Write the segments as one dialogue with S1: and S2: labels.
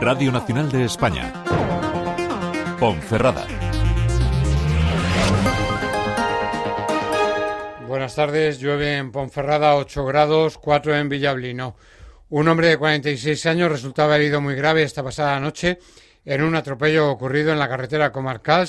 S1: Radio Nacional de España. Ponferrada.
S2: Buenas tardes. Llueve en Ponferrada, 8 grados, 4 en Villablino. Un hombre de 46 años resultaba herido muy grave esta pasada noche en un atropello ocurrido en la carretera comarcal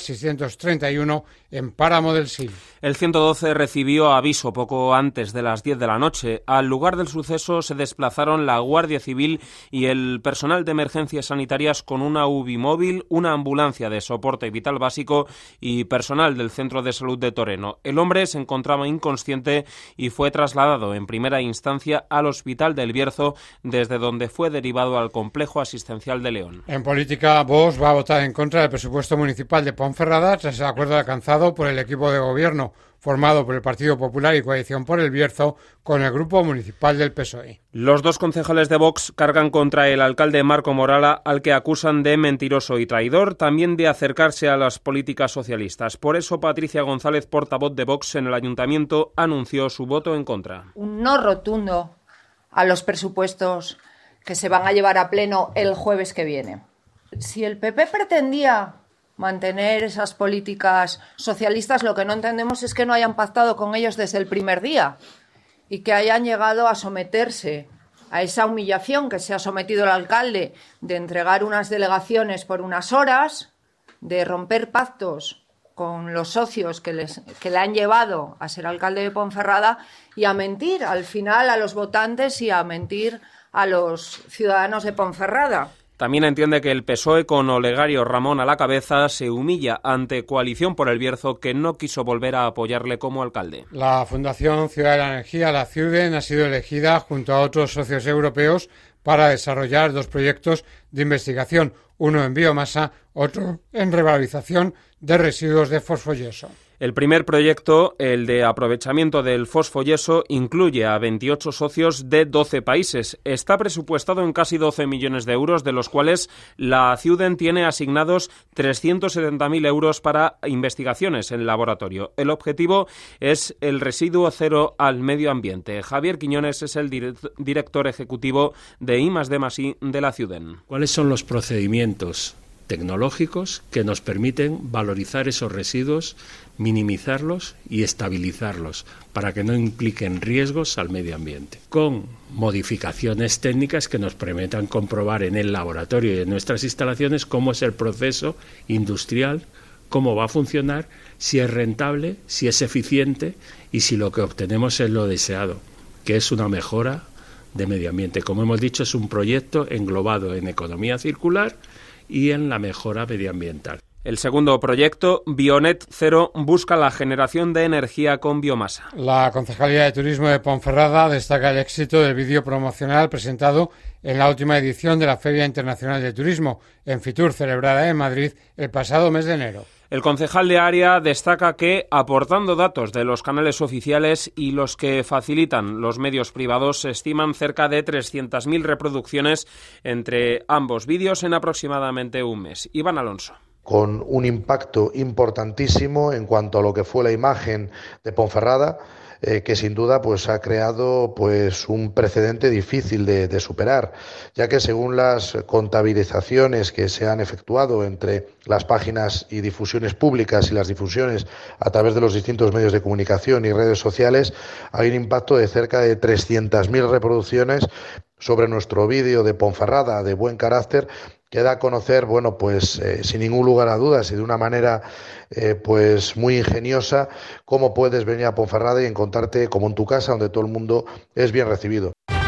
S2: 631 en Páramo del Sil.
S3: El 112 recibió aviso poco antes de las 10 de la noche. Al lugar del suceso se desplazaron la Guardia Civil y el personal de emergencias sanitarias con una UBI móvil, una ambulancia de soporte vital básico y personal del Centro de Salud de Toreno. El hombre se encontraba inconsciente y fue trasladado en primera instancia al Hospital del Bierzo, desde donde fue derivado al Complejo Asistencial de León.
S2: En política, Vox va a votar en contra del presupuesto municipal de Ponferrada tras el acuerdo alcanzado por el equipo de gobierno formado por el Partido Popular y Coalición por el Bierzo con el grupo municipal del PSOE.
S3: Los dos concejales de Vox cargan contra el alcalde Marco Morala, al que acusan de mentiroso y traidor, también de acercarse a las políticas socialistas. Por eso Patricia González, portavoz de Vox en el ayuntamiento, anunció su voto en contra.
S4: Un no rotundo a los presupuestos que se van a llevar a pleno el jueves que viene. Si el PP pretendía mantener esas políticas socialistas, lo que no entendemos es que no hayan pactado con ellos desde el primer día y que hayan llegado a someterse a esa humillación que se ha sometido el alcalde de entregar unas delegaciones por unas horas, de romper pactos con los socios que le han llevado a ser alcalde de Ponferrada y a mentir al final a los votantes y a mentir a los ciudadanos de Ponferrada.
S3: También entiende que el PSOE, con Olegario Ramón a la cabeza, se humilla ante Coalición por el Bierzo, que no quiso volver a apoyarle como alcalde.
S2: La Fundación Ciudad de la Energía, la CIUDEN, ha sido elegida junto a otros socios europeos para desarrollar dos proyectos de investigación, uno en biomasa, otro en revalorización de residuos de fosfoyeso.
S3: El primer proyecto, el de aprovechamiento del fosfoyeso, incluye a 28 socios de 12 países. Está presupuestado en casi 12 millones de euros, de los cuales la CIUDEN tiene asignados 370.000 euros para investigaciones en laboratorio. El objetivo es el residuo cero al medio ambiente. Javier Quiñones es el director ejecutivo de I+D+I de la CIUDEN.
S5: ¿Cuáles son los procedimientos tecnológicos que nos permiten valorizar esos residuos, minimizarlos y estabilizarlos para que no impliquen riesgos al medio ambiente, con modificaciones técnicas que nos permitan comprobar en el laboratorio y en nuestras instalaciones cómo es el proceso industrial, cómo va a funcionar, si es rentable, si es eficiente y si lo que obtenemos es lo deseado, que es una mejora de medio ambiente. Como hemos dicho, es un proyecto englobado en economía circular y en la mejora medioambiental.
S3: El segundo proyecto, Bionet Cero, busca la generación de energía con biomasa.
S2: La Concejalía de Turismo de Ponferrada destaca el éxito del vídeo promocional presentado en la última edición de la Feria Internacional de Turismo, en Fitur, celebrada en Madrid el pasado mes de enero.
S3: El concejal de área destaca que, aportando datos de los canales oficiales y los que facilitan los medios privados, se estiman cerca de 300.000 reproducciones entre ambos vídeos en aproximadamente un mes. Iván Alonso.
S6: Con un impacto importantísimo en cuanto a lo que fue la imagen de Ponferrada, que sin duda pues ha creado pues un precedente difícil de superar, ya que según las contabilizaciones que se han efectuado entre las páginas y difusiones públicas y las difusiones a través de los distintos medios de comunicación y redes sociales, hay un impacto de cerca de 300.000 reproducciones sobre nuestro vídeo de Ponferrada de buen carácter, que da a conocer, bueno, pues sin ningún lugar a dudas y de una manera pues muy ingeniosa, cómo puedes venir a Ponferrada y encontrarte como en tu casa, donde todo el mundo es bien recibido.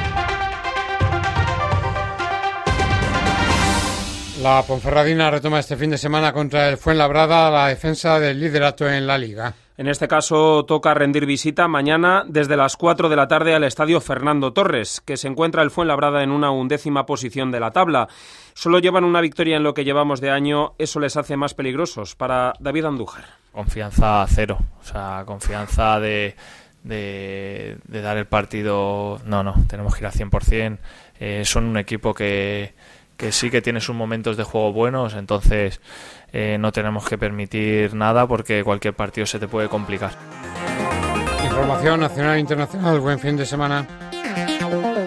S2: La Ponferradina retoma este fin de semana contra el Fuenlabrada la defensa del liderato en la Liga.
S3: En este caso toca rendir visita mañana desde las 4 de la tarde al estadio Fernando Torres, que se encuentra el Fuenlabrada en una 11ª posición de la tabla. Solo llevan una victoria en lo que llevamos de año, eso les hace más peligrosos. Para David Andújar.
S7: Confianza cero, o sea, confianza de dar el partido, no, tenemos que ir al 100%. Son un equipo que sí que tiene sus momentos de juego buenos, entonces no tenemos que permitir nada porque cualquier partido se te puede complicar.
S2: Información nacional e internacional, buen fin de semana.